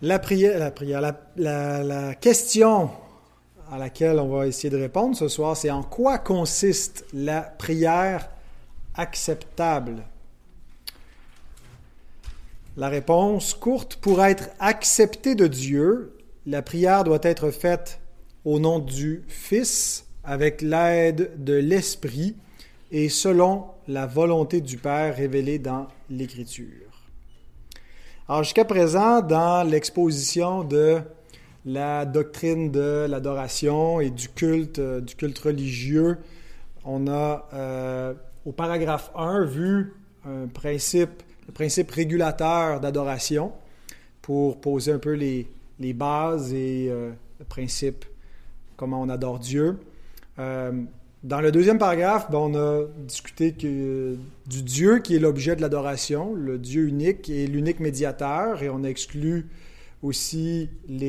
La question à laquelle on va essayer de répondre ce soir, c'est en quoi consiste la prière acceptable? La réponse courte, pour être acceptée de Dieu, la prière doit être faite au nom du Fils, avec l'aide de l'Esprit et selon la volonté du Père révélée dans l'Écriture. Alors, jusqu'à présent, dans l'exposition de la doctrine de l'adoration et du culte religieux, on a, au paragraphe 1, vu le principe régulateur d'adoration pour poser un peu les bases et le principe, comment on adore Dieu. Dans le deuxième paragraphe, on a discuté du Dieu qui est l'objet de l'adoration, le Dieu unique et l'unique médiateur, et on a exclu aussi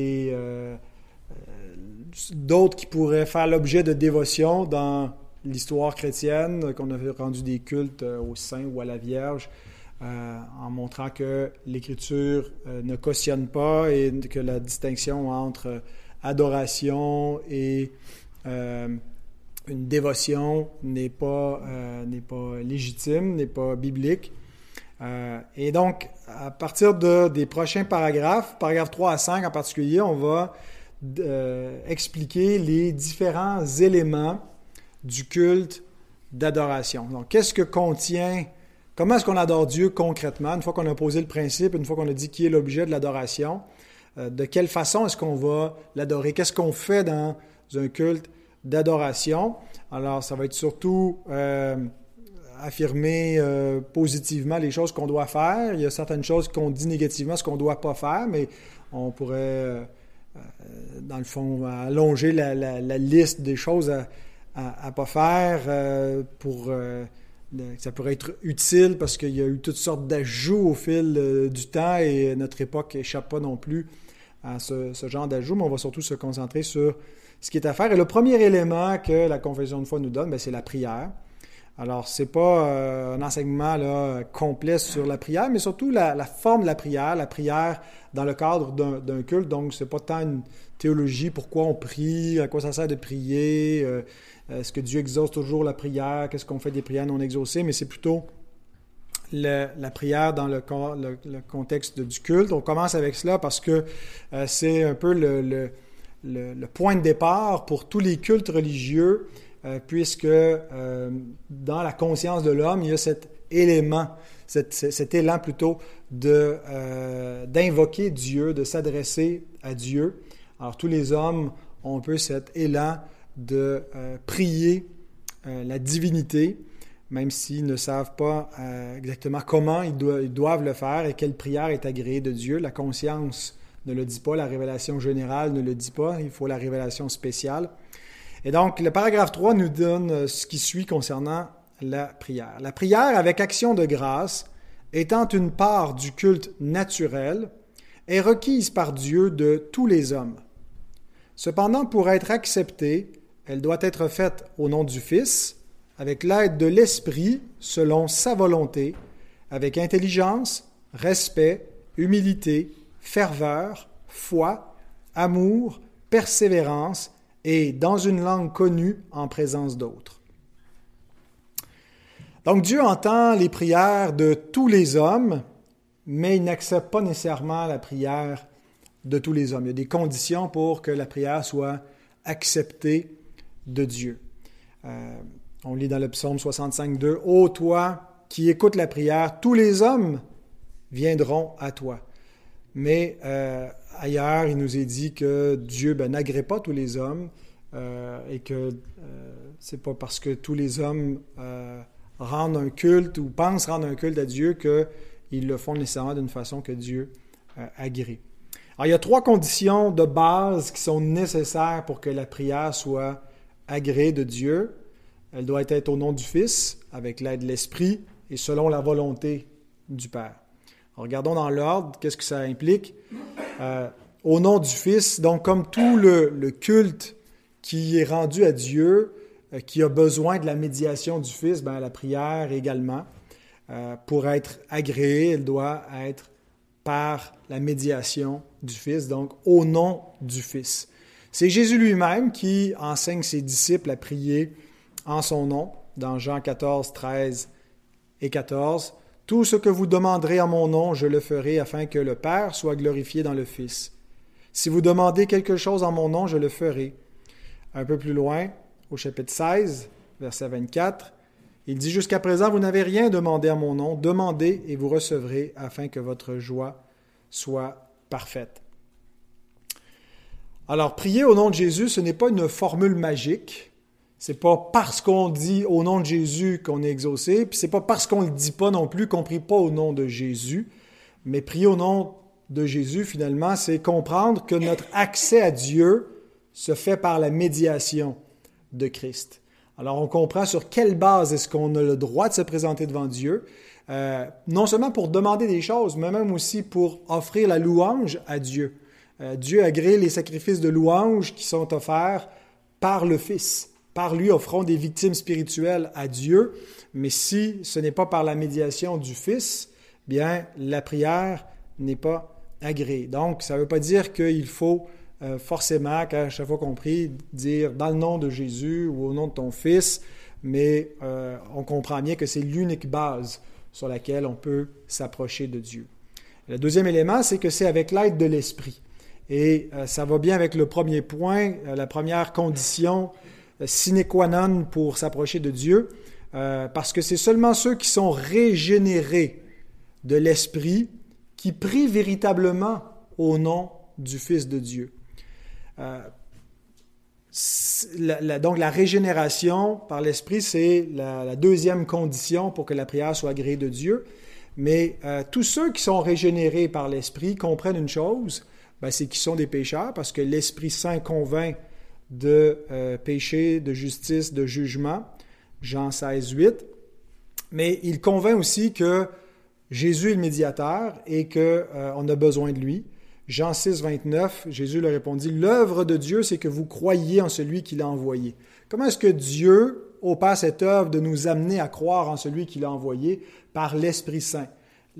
d'autres qui pourraient faire l'objet de dévotion dans l'histoire chrétienne, qu'on a rendu des cultes aux saints ou à la Vierge, en montrant que l'Écriture ne cautionne pas et que la distinction entre adoration et une dévotion n'est pas légitime, n'est pas biblique. Et donc, à partir des prochains paragraphes 3 à 5 en particulier, on va expliquer les différents éléments du culte d'adoration. Donc, comment est-ce qu'on adore Dieu concrètement, une fois qu'on a posé le principe, une fois qu'on a dit qui est l'objet de l'adoration, de quelle façon est-ce qu'on va l'adorer, qu'est-ce qu'on fait dans un culte d'adoration. Alors, ça va être surtout affirmer positivement les choses qu'on doit faire. Il y a certaines choses qu'on dit négativement, ce qu'on ne doit pas faire, mais on pourrait, dans le fond, allonger la liste des choses à ne pas faire ça pourrait être utile parce qu'il y a eu toutes sortes d'ajouts au fil du temps et notre époque n'échappe pas non plus à ce genre d'ajouts, mais on va surtout se concentrer sur ce qui est à faire. Et le premier élément que la confession de foi nous donne, c'est la prière. Alors, ce n'est pas un enseignement complet sur la prière, mais surtout la forme de la prière dans le cadre d'un culte. Donc, ce n'est pas tant une théologie, pourquoi on prie, à quoi ça sert de prier, est-ce que Dieu exauce toujours la prière, qu'est-ce qu'on fait des prières non exaucées, mais c'est plutôt la prière dans le contexte du culte. On commence avec cela parce que c'est un peu le point de départ pour tous les cultes religieux, puisque dans la conscience de l'homme, il y a cet élan plutôt d'invoquer Dieu, de s'adresser à Dieu. Alors tous les hommes ont un peu cet élan de prier la divinité, même s'ils ne savent pas exactement comment ils doivent le faire et quelle prière est agréée de Dieu. La conscience ne le dit pas, la révélation générale ne le dit pas, il faut la révélation spéciale. Et donc, le paragraphe 3 nous donne ce qui suit concernant la prière. La prière avec action de grâce, étant une part du culte naturel, est requise par Dieu de tous les hommes. Cependant, pour être acceptée, elle doit être faite au nom du Fils, avec l'aide de l'Esprit, selon sa volonté, avec intelligence, respect, humilité, ferveur, foi, amour, persévérance et dans une langue connue en présence d'autres. Donc Dieu entend les prières de tous les hommes, mais il n'accepte pas nécessairement la prière de tous les hommes. Il y a des conditions pour que la prière soit acceptée de Dieu. On lit dans le psaume 65:2, « Ô toi qui écoutes la prière, tous les hommes viendront à toi. » Mais ailleurs, il nous est dit que Dieu n'agrée pas tous les hommes et que c'est pas parce que tous les hommes rendent un culte ou pensent rendre un culte à Dieu qu'ils le font nécessairement d'une façon que Dieu agrée. Alors, il y a 3 conditions de base qui sont nécessaires pour que la prière soit agréée de Dieu. Elle doit être au nom du Fils, avec l'aide de l'Esprit et selon la volonté du Père. Alors, regardons dans l'ordre, qu'est-ce que ça implique? Au nom du Fils, donc comme tout le culte qui est rendu à Dieu, qui a besoin de la médiation du Fils, la prière également, pour être agréée, elle doit être par la médiation du Fils, donc au nom du Fils. C'est Jésus lui-même qui enseigne ses disciples à prier en son nom, dans Jean 14, 13 et 14. « Tout ce que vous demanderez en mon nom, je le ferai afin que le Père soit glorifié dans le Fils. Si vous demandez quelque chose en mon nom, je le ferai. » Un peu plus loin, au chapitre 16, verset 24, il dit « Jusqu'à présent, vous n'avez rien demandé en mon nom. Demandez et vous recevrez afin que votre joie soit parfaite. » Alors, prier au nom de Jésus, ce n'est pas une formule magique. C'est pas parce qu'on dit au nom de Jésus qu'on est exaucé, puis c'est pas parce qu'on le dit pas non plus qu'on prie pas au nom de Jésus. Mais prier au nom de Jésus, finalement, c'est comprendre que notre accès à Dieu se fait par la médiation de Christ. Alors, on comprend sur quelle base est-ce qu'on a le droit de se présenter devant Dieu, non seulement pour demander des choses, mais même aussi pour offrir la louange à Dieu. Dieu agrée les sacrifices de louange qui sont offerts par le Fils. Par lui, offrons des victimes spirituelles à Dieu, mais si ce n'est pas par la médiation du Fils, bien, la prière n'est pas agréée. Donc, ça ne veut pas dire qu'il faut forcément, qu'à chaque fois qu'on prie, dire dans le nom de Jésus ou au nom de ton Fils, mais on comprend bien que c'est l'unique base sur laquelle on peut s'approcher de Dieu. Le deuxième élément, c'est que c'est avec l'aide de l'Esprit. Et ça va bien avec le premier point, la première condition sine qua non pour s'approcher de Dieu, parce que c'est seulement ceux qui sont régénérés de l'Esprit qui prient véritablement au nom du Fils de Dieu. Donc la régénération par l'Esprit, c'est la deuxième condition pour que la prière soit agréée de Dieu. Mais tous ceux qui sont régénérés par l'Esprit comprennent une chose, c'est qu'ils sont des pécheurs, parce que l'Esprit Saint convainc de péché, de justice, de jugement, Jean 16, 8. Mais il convainc aussi que Jésus est le médiateur et qu'on a besoin de lui. Jean 6, 29, Jésus leur répondit, « L'œuvre de Dieu, c'est que vous croyiez en celui qui l'a envoyé. » Comment est-ce que Dieu opère cette œuvre de nous amener à croire en celui qui l'a envoyé? Par l'Esprit Saint.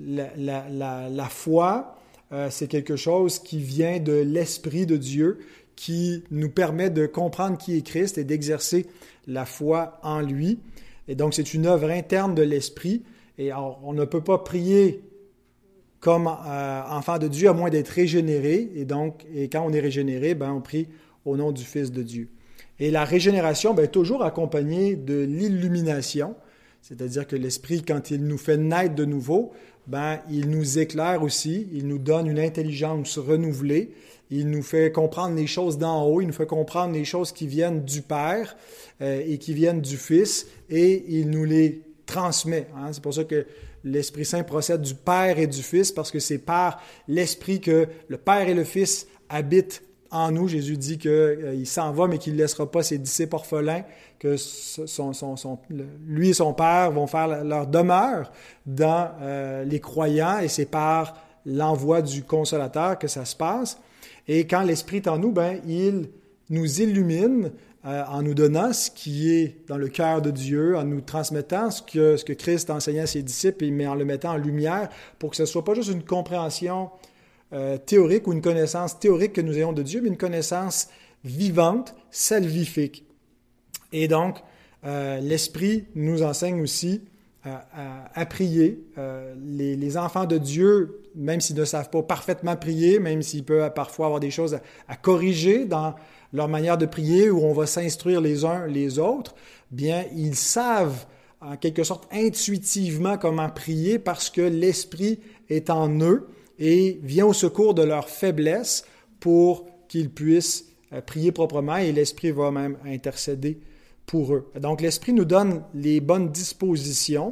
La foi, c'est quelque chose qui vient de l'Esprit de Dieu, qui nous permet de comprendre qui est Christ et d'exercer la foi en lui. Et donc, c'est une œuvre interne de l'Esprit. Et alors, on ne peut pas prier comme enfant de Dieu à moins d'être régénéré. Et quand on est régénéré, on prie au nom du Fils de Dieu. Et la régénération est toujours accompagnée de l'illumination. C'est-à-dire que l'Esprit, quand il nous fait naître de nouveau, il nous éclaire aussi, il nous donne une intelligence renouvelée, il nous fait comprendre les choses d'en haut, il nous fait comprendre les choses qui viennent du Père et qui viennent du Fils, et il nous les transmet. C'est pour ça que l'Esprit Saint procède du Père et du Fils, parce que c'est par l'Esprit que le Père et le Fils habitent en nous. Jésus dit qu'il s'en va, mais qu'il ne laissera pas ses disciples orphelins, que lui et son Père vont faire leur demeure dans les croyants, et c'est par l'envoi du Consolateur que ça se passe. Et quand l'Esprit est en nous, il nous illumine en nous donnant ce qui est dans le cœur de Dieu, en nous transmettant ce que Christ enseignait à ses disciples, mais en le mettant en lumière pour que ce ne soit pas juste une compréhension théorique ou une connaissance théorique que nous ayons de Dieu, mais une connaissance vivante, salvifique. Et donc, l'Esprit nous enseigne aussi à prier. Les enfants de Dieu, même s'ils ne savent pas parfaitement prier, même s'ils peuvent parfois avoir des choses à corriger dans leur manière de prier, où on va s'instruire les uns les autres, bien, ils savent en quelque sorte intuitivement comment prier parce que l'Esprit est en eux et vient au secours de leur faiblesse pour qu'ils puissent prier proprement, et l'Esprit va même intercéder pour eux. Donc, l'Esprit nous donne les bonnes dispositions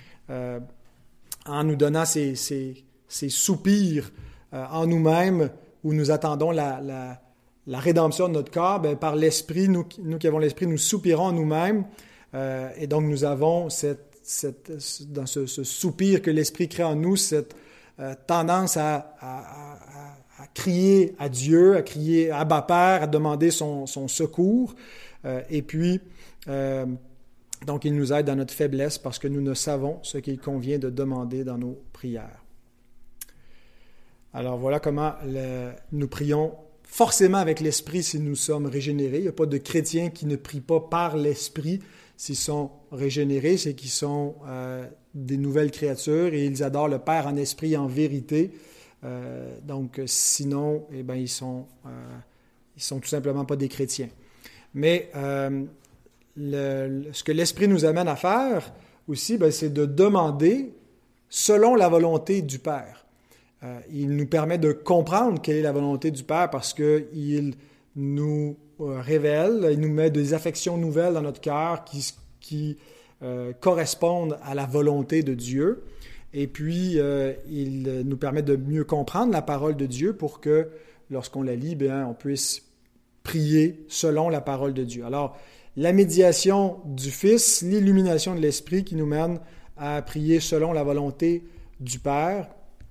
en nous donnant ces soupirs en nous-mêmes où nous attendons la rédemption de notre corps. Par l'Esprit, nous qui avons l'Esprit, nous soupirons en nous-mêmes, et donc nous avons dans ce soupir que l'Esprit crée en nous, cette tendance à crier à Dieu, à crier à Abba Père, à demander son secours. Et puis, donc, il nous aide dans notre faiblesse parce que nous ne savons ce qu'il convient de demander dans nos prières. Alors voilà comment nous prions forcément avec l'Esprit si nous sommes régénérés. Il n'y a pas de chrétiens qui ne prient pas par l'Esprit s'ils sont régénérés, c'est qu'ils sont des nouvelles créatures et ils adorent le Père en esprit et en vérité. Donc sinon, eh bien, ils sont tout simplement pas des chrétiens. Mais ce que l'Esprit nous amène à faire aussi, bien, c'est de demander selon la volonté du Père. Il nous permet de comprendre quelle est la volonté du Père parce qu'il nous révèle, il nous met des affections nouvelles dans notre cœur qui correspondent à la volonté de Dieu. Et puis, il nous permet de mieux comprendre la parole de Dieu pour que, lorsqu'on la lit, bien, on puisse prier selon la parole de Dieu. Alors, la médiation du Fils, l'illumination de l'Esprit qui nous mène à prier selon la volonté du Père.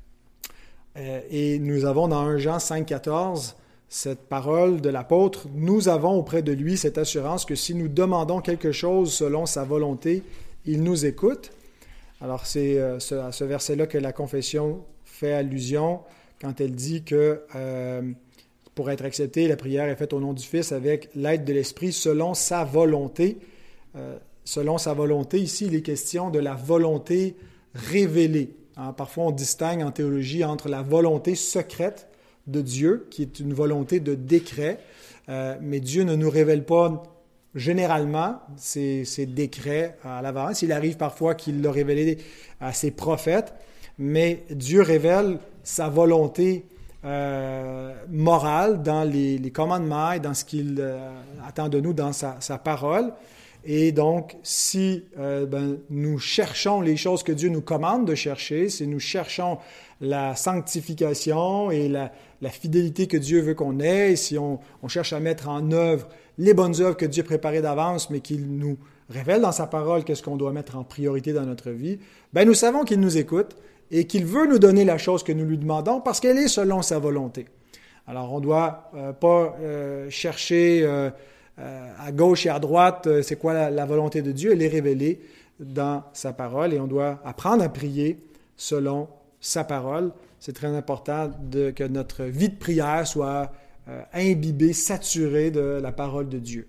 Et nous avons dans 1 Jean 5,14 cette parole de l'apôtre. Nous avons auprès de lui cette assurance que si nous demandons quelque chose selon sa volonté, il nous écoute. Alors c'est à ce verset-là que la confession fait allusion quand elle dit que pour être acceptée, la prière est faite au nom du Fils avec l'aide de l'Esprit selon sa volonté. Selon sa volonté, ici, il est question de la volonté révélée. Parfois, on distingue en théologie entre la volonté secrète de Dieu, qui est une volonté de décret, mais Dieu ne nous révèle pas généralement ses décrets à l'avance. Il arrive parfois qu'il l'a révélé à ses prophètes, mais Dieu révèle sa volonté morale dans les commandements et dans ce qu'il attend de nous dans sa parole. Et donc, si nous cherchons les choses que Dieu nous commande de chercher, si nous cherchons la sanctification et la fidélité que Dieu veut qu'on ait, et si on cherche à mettre en œuvre les bonnes œuvres que Dieu a préparées d'avance, mais qu'il nous révèle dans sa parole qu'est-ce qu'on doit mettre en priorité dans notre vie, nous savons qu'il nous écoute et qu'il veut nous donner la chose que nous lui demandons parce qu'elle est selon sa volonté. Alors, on ne doit pas chercher à gauche et à droite, c'est quoi la volonté de Dieu, elle est révélée dans sa parole et on doit apprendre à prier selon sa parole. C'est très important que notre vie de prière soit imbibée, saturée de la parole de Dieu.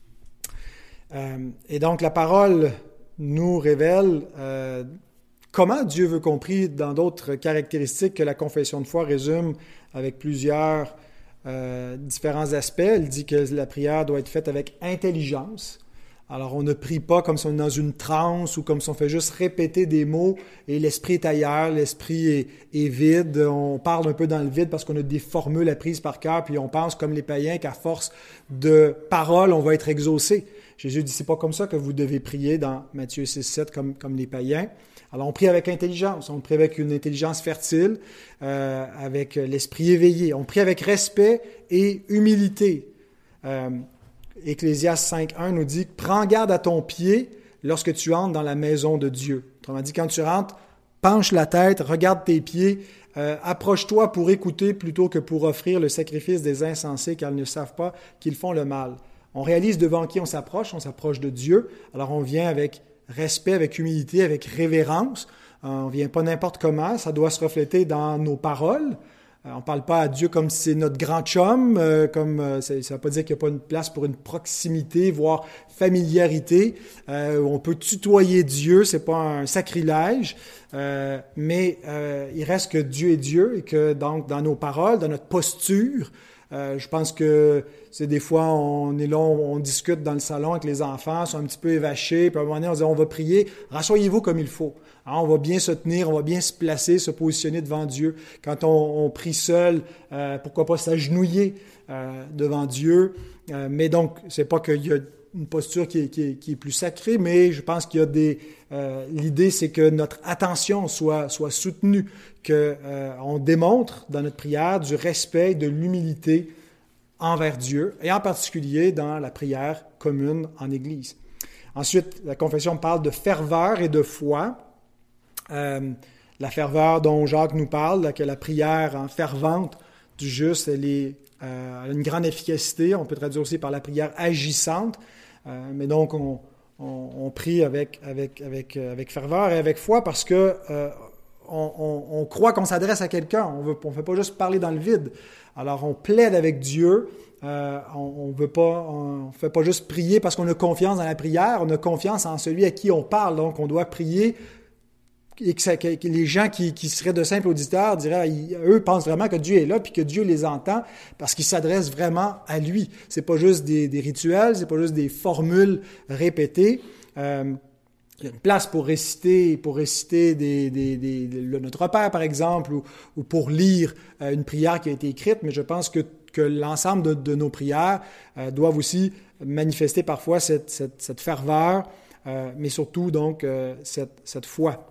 Et donc la parole nous révèle comment Dieu veut qu'on prie dans d'autres caractéristiques que la confession de foi résume avec plusieurs différents aspects. Elle dit que la prière doit être faite avec intelligence. Alors, on ne prie pas comme si on est dans une transe ou comme si on fait juste répéter des mots et l'esprit est ailleurs, l'esprit est vide. On parle un peu dans le vide parce qu'on a des formules apprises par cœur, puis on pense comme les païens qu'à force de paroles, on va être exaucé. Jésus dit, c'est pas comme ça que vous devez prier dans Matthieu 6,7 comme les païens. Alors, on prie avec intelligence, on prie avec une intelligence fertile, avec l'esprit éveillé. On prie avec respect et humilité. Ecclésiaste 5.1 nous dit « Prends garde à ton pied lorsque tu entres dans la maison de Dieu. » Autrement dit, quand tu rentres, penche la tête, regarde tes pieds, approche-toi pour écouter plutôt que pour offrir le sacrifice des insensés car ils ne savent pas qu'ils font le mal. On réalise devant qui on s'approche de Dieu. Alors on vient avec respect, avec humilité, avec révérence. On ne vient pas n'importe comment, ça doit se refléter dans nos paroles. On ne parle pas à Dieu comme si c'est notre grand chum, ça ne veut pas dire qu'il n'y a pas une place pour une proximité, voire familiarité. On peut tutoyer Dieu, ce n'est pas un sacrilège, mais il reste que Dieu est Dieu et que donc dans nos paroles, dans notre posture, je pense que c'est des fois, on est là, on discute dans le salon avec les enfants, ils sont un petit peu évachés, puis à un moment donné, on dit, on va prier, rassoyez-vous comme il faut. Hein, on va bien se tenir, on va bien se placer, se positionner devant Dieu. Quand on prie seul, pourquoi pas s'agenouiller devant Dieu. Mais donc, c'est pas qu'il y a une posture qui est plus sacrée, mais je pense qu'il y a l'idée, c'est que notre attention soit soutenue, qu'on démontre dans notre prière du respect, de l'humilité envers Dieu, et en particulier dans la prière commune en Église. Ensuite, la confession parle de ferveur et de foi. La ferveur dont Jacques nous parle, que la prière fervente du juste, elle a une grande efficacité. On peut traduire aussi par la prière agissante. Mais donc, on prie avec ferveur et avec foi parce que on croit qu'on s'adresse à quelqu'un. On ne fait pas juste parler dans le vide. Alors, on plaide avec Dieu. On fait pas juste prier parce qu'on a confiance dans la prière. On a confiance en celui à qui on parle. Donc, on doit prier et que les gens qui seraient de simples auditeurs diraient, eux pensent vraiment que Dieu est là puis que Dieu les entend parce qu'ils s'adressent vraiment à lui. C'est pas juste des rituels, c'est pas juste des formules répétées. Il y a une place pour réciter notre Père, par exemple, ou pour lire une prière qui a été écrite, mais je pense que l'ensemble de nos prières doivent aussi manifester parfois cette ferveur, mais surtout donc cette foi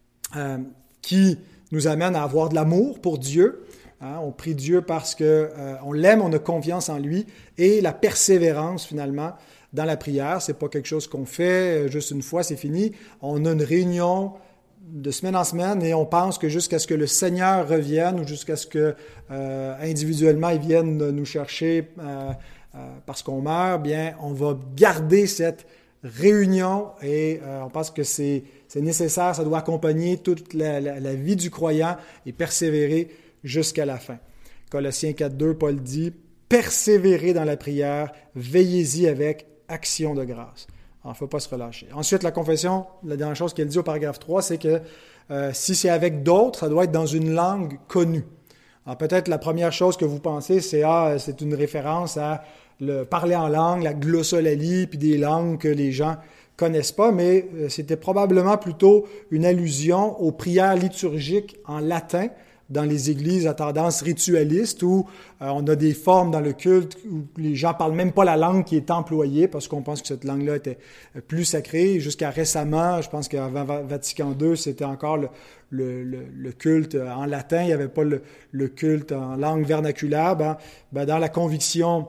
qui nous amène à avoir de l'amour pour Dieu. On prie Dieu parce qu'on l'aime, on a confiance en lui, et la persévérance finalement dans la prière. C'est pas quelque chose qu'on fait juste une fois, c'est fini. On a une réunion de semaine en semaine et on pense que jusqu'à ce que le Seigneur revienne ou jusqu'à ce que individuellement il vienne nous chercher parce qu'on meurt, bien on va garder cette réunion et on pense que c'est nécessaire, ça doit accompagner toute la vie du croyant et persévérer jusqu'à la fin. Colossiens 4.2, Paul dit « Persévérez dans la prière, veillez-y avec action de grâce. » Alors, il ne faut pas se relâcher. Ensuite, la confession, la dernière chose qu'elle dit au paragraphe 3, c'est que si c'est avec d'autres, ça doit être dans une langue connue. Alors, peut-être la première chose que vous pensez, c'est c'est une référence à le parler en langue, la glossolalie, puis des langues que les gens connaissent pas, mais c'était probablement plutôt une allusion aux prières liturgiques en latin dans les églises à tendance ritualiste où on a des formes dans le culte où les gens parlent même pas la langue qui est employée parce qu'on pense que cette langue-là était plus sacrée. Jusqu'à récemment, je pense qu'avant Vatican II, c'était encore le culte en latin, il n'y avait pas le culte en langue vernaculaire. Dans la conviction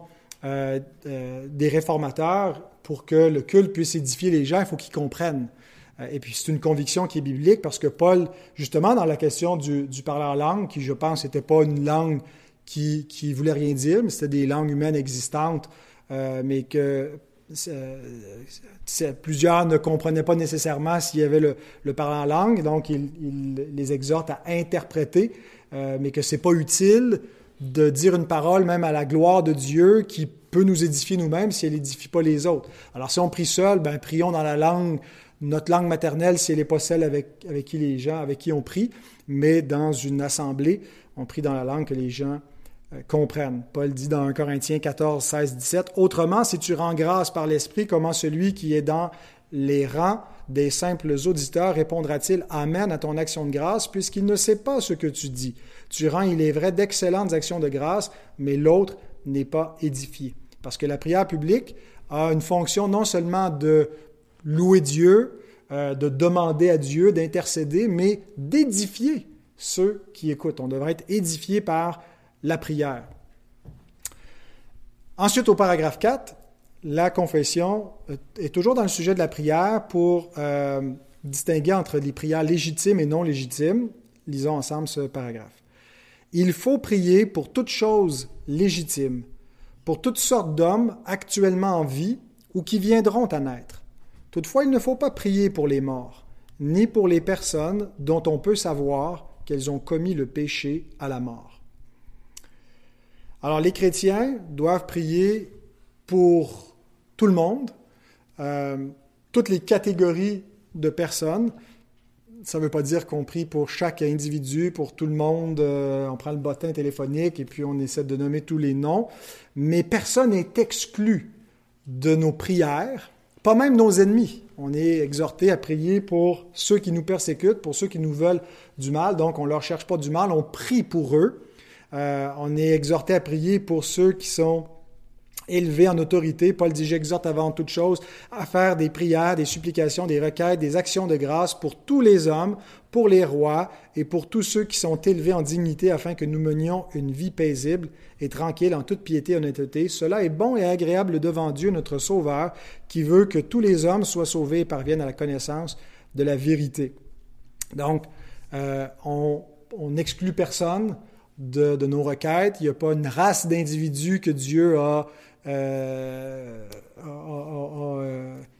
des réformateurs, pour que le culte puisse édifier les gens, il faut qu'ils comprennent. Et puis, c'est une conviction qui est biblique parce que Paul, justement, dans la question du parler en langue, qui, je pense, n'était pas une langue qui voulait rien dire, mais c'était des langues humaines existantes, mais que plusieurs ne comprenaient pas nécessairement s'il y avait le parler en langue. Donc, il les exhorte à interpréter, mais que ce n'est pas utile de dire une parole, même à la gloire de Dieu, qui peut nous édifier nous-mêmes si elle n'édifie pas les autres. Alors, si on prie seul, prions dans la langue, notre langue maternelle, si elle n'est pas celle avec qui on prie, mais dans une assemblée, on prie dans la langue que les gens comprennent. Paul dit dans 1 Corinthiens 14, 16, 17, « Autrement, si tu rends grâce par l'Esprit, comment celui qui est dans les rangs des simples auditeurs répondra-t-il Amen à ton action de grâce, puisqu'il ne sait pas ce que tu dis. Tu rends, il est vrai, d'excellentes actions de grâce, mais l'autre n'est pas édifié. » Parce que la prière publique a une fonction non seulement de louer Dieu, de demander à Dieu, d'intercéder, mais d'édifier ceux qui écoutent. On devrait être édifié par la prière. Ensuite, au paragraphe 4, la confession est toujours dans le sujet de la prière pour distinguer entre les prières légitimes et non légitimes. Lisons ensemble ce paragraphe. « Il faut prier pour toutes choses légitimes, pour toutes sortes d'hommes actuellement en vie ou qui viendront à naître. Toutefois, il ne faut pas prier pour les morts, ni pour les personnes dont on peut savoir qu'elles ont commis le péché à la mort. » Alors, les chrétiens doivent prier pour tout le monde, toutes les catégories de personnes. Ça ne veut pas dire qu'on prie pour chaque individu, pour tout le monde. On prend le bottin téléphonique et puis on essaie de nommer tous les noms. Mais personne n'est exclu de nos prières. Pas même nos ennemis. On est exhorté à prier pour ceux qui nous persécutent, pour ceux qui nous veulent du mal. Donc, on ne leur cherche pas du mal, on prie pour eux. On est exhorté à prier pour ceux qui sont élevés en autorité. Paul dit « J'exhorte avant toute chose à faire des prières, des supplications, des requêtes, des actions de grâce pour tous les hommes, pour les rois et pour tous ceux qui sont élevés en dignité afin que nous menions une vie paisible et tranquille en toute piété et honnêteté. Cela est bon et agréable devant Dieu, notre Sauveur, qui veut que tous les hommes soient sauvés et parviennent à la connaissance de la vérité. » Donc, on n'exclut personne de nos requêtes. Il n'y a pas une race d'individus que Dieu a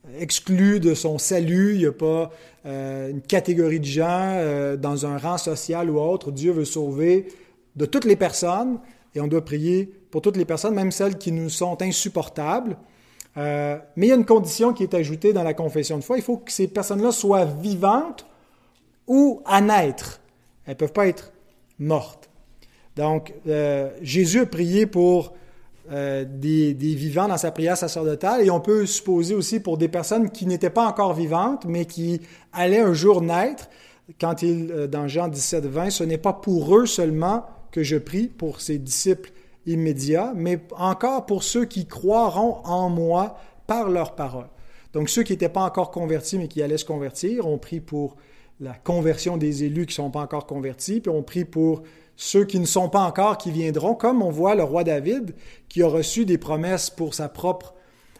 exclu de son salut, il n'y a pas une catégorie de gens dans un rang social ou autre. Dieu veut sauver de toutes les personnes et on doit prier pour toutes les personnes, même celles qui nous sont insupportables. Mais il y a une condition qui est ajoutée dans la confession de foi. Il faut que ces personnes-là soient vivantes ou à naître. Elles ne peuvent pas être mortes. Donc, Jésus a prié pour des vivants dans sa prière sacerdotale et on peut supposer aussi pour des personnes qui n'étaient pas encore vivantes, mais qui allaient un jour naître. Quand dans Jean 17, 20, ce n'est pas pour eux seulement que je prie, pour ses disciples immédiats, mais encore pour ceux qui croiront en moi par leur parole. Donc, ceux qui n'étaient pas encore convertis, mais qui allaient se convertir, on prie pour la conversion des élus qui ne sont pas encore convertis, puis on prie pour ceux qui ne sont pas encore, qui viendront, comme on voit le roi David, qui a reçu des promesses pour sa propre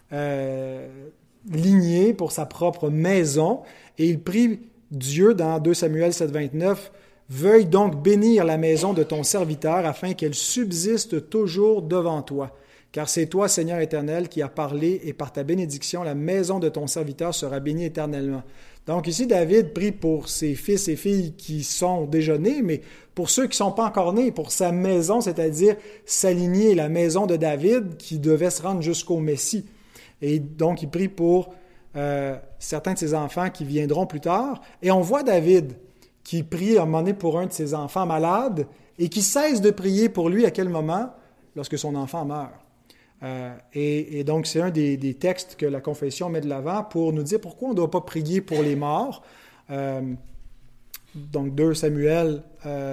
lignée, pour sa propre maison, et il prie Dieu dans 2 Samuel 7, 29, « Veuille donc bénir la maison de ton serviteur, afin qu'elle subsiste toujours devant toi. Car c'est toi, Seigneur éternel, qui as parlé, et par ta bénédiction, la maison de ton serviteur sera bénie éternellement. » Donc ici, David prie pour ses fils et filles qui sont déjà nés, mais pour ceux qui ne sont pas encore nés, pour sa maison, c'est-à-dire s'aligner la maison de David qui devait se rendre jusqu'au Messie. Et donc, il prie pour certains de ses enfants qui viendront plus tard. Et on voit David qui prie à un moment donné pour un de ses enfants malades et qui cesse de prier pour lui à quel moment? Lorsque son enfant meurt. Et donc, c'est un des textes que la confession met de l'avant pour nous dire pourquoi on ne doit pas prier pour les morts. Donc, 2 Samuel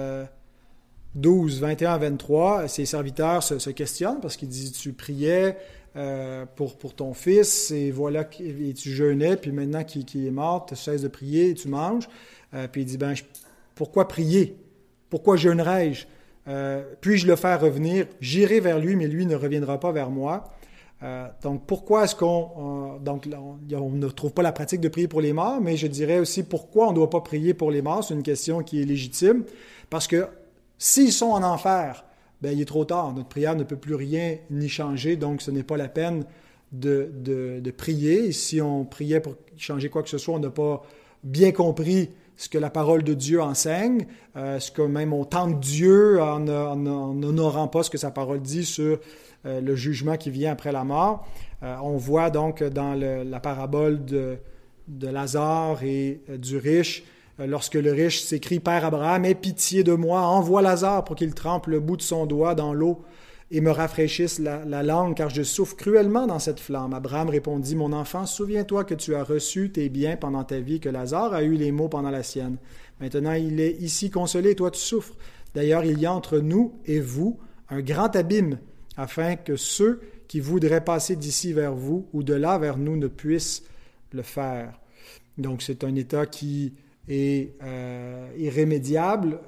12, 21 à 23, ses serviteurs se questionnent parce qu'il dit « Tu priais pour ton fils et voilà, et tu jeûnais, puis maintenant qu'il est mort, tu cesses de prier et tu manges. » Puis il dit « Pourquoi prier? Pourquoi jeûnerais-je? Puis-je le faire revenir? J'irai vers lui, mais lui ne reviendra pas vers moi. » Donc, pourquoi est-ce on ne trouve pas la pratique de prier pour les morts, mais je dirais aussi pourquoi on ne doit pas prier pour les morts? C'est une question qui est légitime, parce que s'ils sont en enfer, il est trop tard. Notre prière ne peut plus rien ni changer, donc ce n'est pas la peine de prier. Et si on priait pour changer quoi que ce soit, on n'a pas bien compris ce que la parole de Dieu enseigne, ce que même on tente Dieu en n'honorant pas ce que sa parole dit sur le jugement qui vient après la mort. On voit donc dans la parabole de Lazare et du riche, lorsque le riche s'écrie « Père Abraham, aie pitié de moi, envoie Lazare pour qu'il trempe le bout de son doigt dans l'eau et me rafraîchisse la langue, car je souffre cruellement dans cette flamme. » Abraham répondit « Mon enfant, souviens-toi que tu as reçu tes biens pendant ta vie, que Lazare a eu les maux pendant la sienne. Maintenant, il est ici consolé, et toi tu souffres. D'ailleurs, il y a entre nous et vous un grand abîme, afin que ceux qui voudraient passer d'ici vers vous ou de là vers nous ne puissent le faire. » Donc, c'est un état qui est irrémédiable.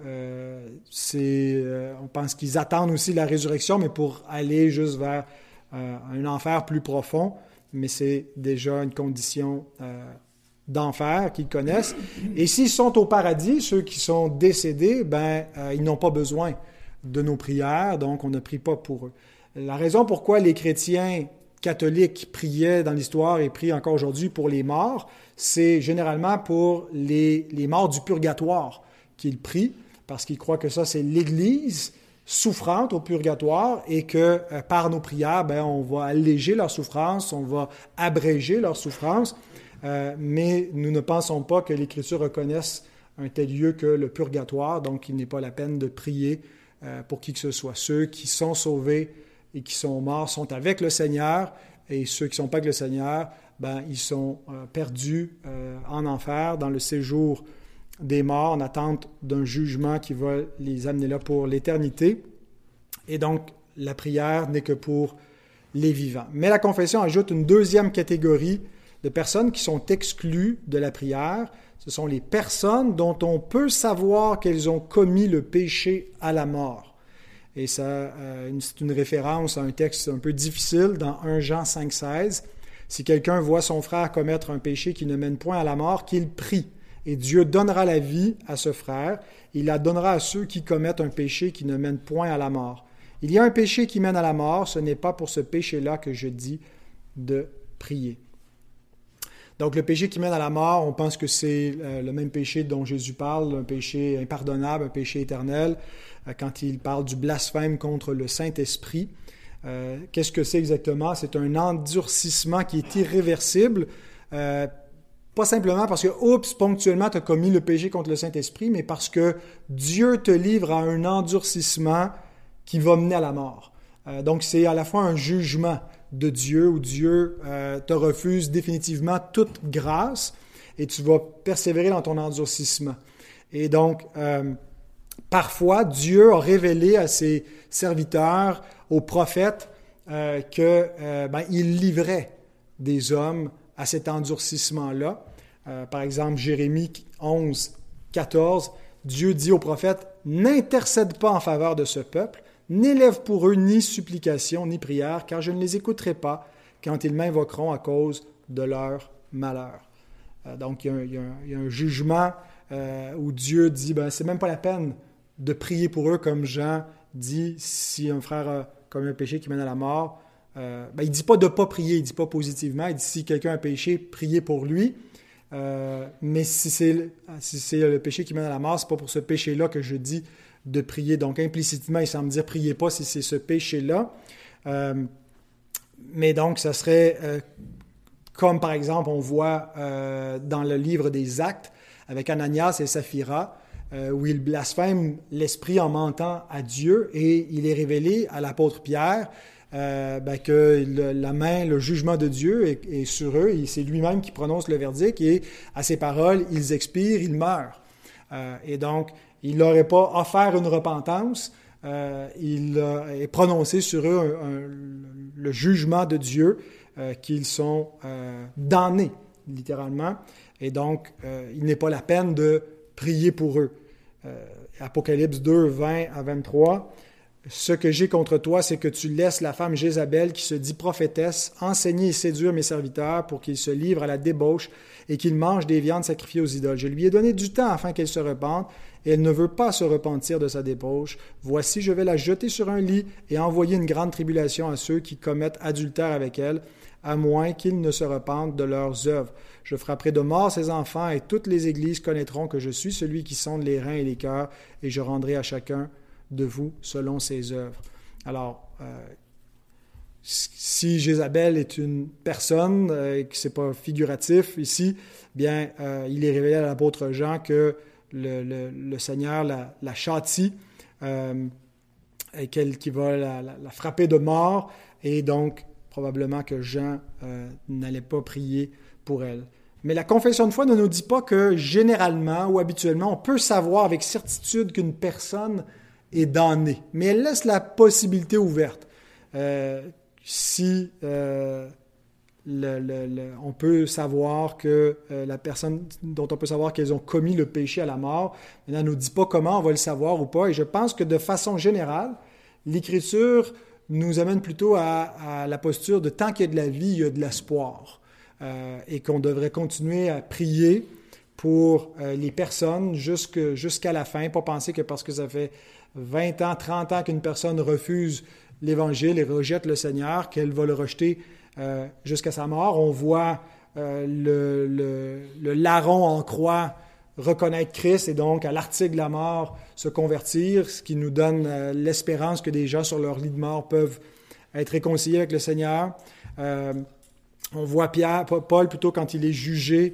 On pense qu'ils attendent aussi la résurrection, mais pour aller juste vers un enfer plus profond. Mais c'est déjà une condition d'enfer qu'ils connaissent. Et s'ils sont au paradis, ceux qui sont décédés, ils n'ont pas besoin de nos prières, donc on ne prie pas pour eux. La raison pourquoi les chrétiens catholiques priaient dans l'histoire et prient encore aujourd'hui pour les morts, c'est généralement pour les morts du purgatoire qu'ils prient, parce qu'ils croient que ça, c'est l'Église souffrante au purgatoire et que par nos prières, on va alléger leur souffrance, on va abréger leur souffrance, mais nous ne pensons pas que l'Écriture reconnaisse un tel lieu que le purgatoire, donc il n'est pas la peine de prier pour qui que ce soit. Ceux qui sont sauvés et qui sont morts sont avec le Seigneur, et ceux qui ne sont pas avec le Seigneur, ils sont perdus en enfer, dans le séjour des morts, en attente d'un jugement qui va les amener là pour l'éternité. Et donc, la prière n'est que pour les vivants. Mais la confession ajoute une deuxième catégorie de personnes qui sont exclues de la prière. Ce sont les personnes dont on peut savoir qu'elles ont commis le péché à la mort. Et ça, c'est une référence à un texte un peu difficile dans 1 Jean 5,16. Si quelqu'un voit son frère commettre un péché qui ne mène point à la mort, qu'il prie. Et Dieu donnera la vie à ce frère. Il la donnera à ceux qui commettent un péché qui ne mène point à la mort. Il y a un péché qui mène à la mort. Ce n'est pas pour ce péché-là que je dis de prier. Donc, le péché qui mène à la mort, on pense que c'est le même péché dont Jésus parle, un péché impardonnable, un péché éternel, quand il parle du blasphème contre le Saint-Esprit. Qu'est-ce que c'est exactement? C'est un endurcissement qui est irréversible, pas simplement parce que, ponctuellement, tu as commis le péché contre le Saint-Esprit, mais parce que Dieu te livre à un endurcissement qui va mener à la mort. Donc, c'est à la fois un jugement de Dieu où Dieu te refuse définitivement toute grâce et tu vas persévérer dans ton endurcissement. Et donc, parfois, Dieu a révélé à ses serviteurs, aux prophètes, qu'il livrait des hommes à cet endurcissement-là. Par exemple, Jérémie 11, 14, Dieu dit au prophète, « N'intercède pas en faveur de ce peuple, n'élève pour eux ni supplication ni prière, car je ne les écouterai pas quand ils m'invoqueront à cause de leur malheur. » Donc, il y a un jugement où Dieu dit, c'est même pas la peine de prier pour eux, comme Jean dit, si un frère a commis un péché qui mène à la mort. Il ne dit pas de ne pas prier, il ne dit pas positivement, il dit si quelqu'un a péché, priez pour lui. Mais si c'est le péché qui mène à la mort, ce n'est pas pour ce péché-là que je dis de prier. Donc, implicitement, il semble dire priez pas si c'est ce péché-là. Mais donc, ça serait comme par exemple, on voit dans le livre des Actes avec Ananias et Saphira, où il blasphème l'Esprit en mentant à Dieu et il est révélé à l'apôtre Pierre que la main, le jugement de Dieu est sur eux et c'est lui-même qui prononce le verdict et à ses paroles, ils expirent, ils meurent. Et donc, il n'aurait pas offert une repentance, il est prononcé sur eux le jugement de Dieu, qu'ils sont damnés, littéralement. Et donc, il n'est pas la peine de prier pour eux. Apocalypse 2, 20 à 23. « Ce que j'ai contre toi, c'est que tu laisses la femme Jézabel, qui se dit prophétesse, enseigner et séduire mes serviteurs pour qu'ils se livrent à la débauche et qu'ils mangent des viandes sacrifiées aux idoles. Je lui ai donné du temps afin qu'elle se repente, et elle ne veut pas se repentir de sa débauche. Voici, je vais la jeter sur un lit et envoyer une grande tribulation à ceux qui commettent adultère avec elle, à moins qu'ils ne se repentent de leurs œuvres. Je frapperai de mort ses enfants, et toutes les églises connaîtront que je suis celui qui sonde les reins et les cœurs, et je rendrai à chacun de vous selon ses œuvres. » Alors, si Jézabel est une personne, et que ce n'est pas figuratif ici, bien, il est révélé à l'apôtre Jean que le Seigneur la châtie, et qu'il va la frapper de mort, et donc, probablement que Jean n'allait pas prier pour elle. Mais la confession de foi ne nous dit pas que généralement ou habituellement, on peut savoir avec certitude qu'une personne est damnée. Mais elle laisse la possibilité ouverte. Si on peut savoir que la personne dont on peut savoir qu'elles ont commis le péché à la mort, elle ne nous dit pas comment on va le savoir ou pas. Et je pense que de façon générale, l'Écriture nous amène plutôt à la posture de tant qu'il y a de la vie, il y a de l'espoir. Et qu'on devrait continuer à prier pour les personnes jusqu'à la fin. Pas penser que parce que ça fait 20 ans, 30 ans qu'une personne refuse l'Évangile et rejette le Seigneur, qu'elle va le rejeter jusqu'à sa mort. On voit le larron en croix reconnaître Christ et donc à l'article de la mort se convertir, ce qui nous donne l'espérance que des gens sur leur lit de mort peuvent être réconciliés avec le Seigneur. On voit Paul plutôt quand il est jugé,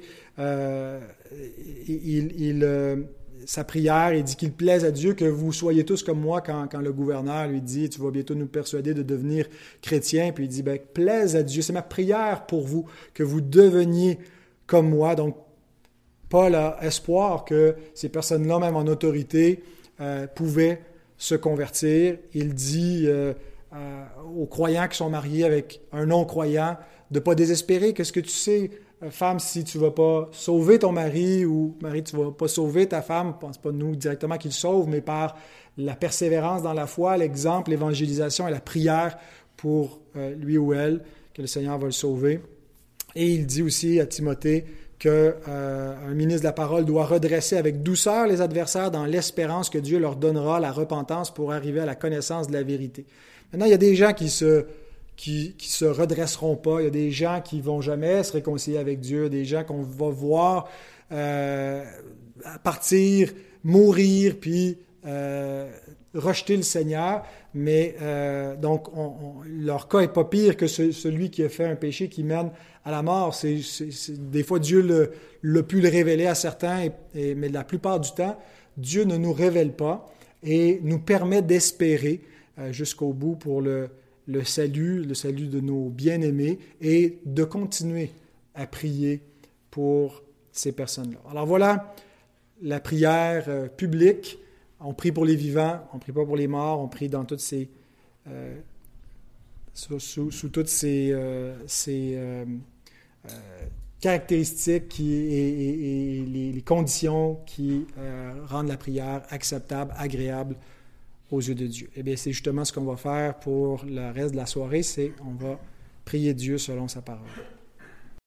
sa prière, il dit qu'il plaise à Dieu que vous soyez tous comme moi quand le gouverneur lui dit « Tu vas bientôt nous persuader de devenir chrétiens », puis il dit « Plaise à Dieu, c'est ma prière pour vous, que vous deveniez comme moi ». Donc, Paul a espoir que ces personnes-là, même en autorité, pouvaient se convertir. Il dit aux croyants qui sont mariés avec un non-croyant de ne pas désespérer. Qu'est-ce que tu sais, femme, si tu ne vas pas sauver ton mari ou mari, tu ne vas pas sauver ta femme, je ne pense pas nous directement qu'il sauve, mais par la persévérance dans la foi, l'exemple, l'évangélisation et la prière pour lui ou elle, que le Seigneur va le sauver. Et il dit aussi à Timothée qu'un ministre de la parole doit redresser avec douceur les adversaires dans l'espérance que Dieu leur donnera la repentance pour arriver à la connaissance de la vérité. Maintenant, il y a des gens qui qui se redresseront pas. Il y a des gens qui vont jamais se réconcilier avec Dieu, des gens qu'on va voir partir, mourir, puis rejeter le Seigneur. Mais donc, leur cas n'est pas pire que celui qui a fait un péché qui mène à la mort. Des fois, Dieu l'a pu le révéler à certains, mais la plupart du temps, Dieu ne nous révèle pas et nous permet d'espérer jusqu'au bout pour le salut de nos bien-aimés et de continuer à prier pour ces personnes-là. Alors voilà la prière publique. On prie pour les vivants, on ne prie pas pour les morts, on prie dans toutes ces, sous toutes ces caractéristiques et les conditions qui rendent la prière acceptable, agréable aux yeux de Dieu. Eh bien, c'est justement ce qu'on va faire pour le reste de la soirée, c'est on va prier Dieu selon sa parole.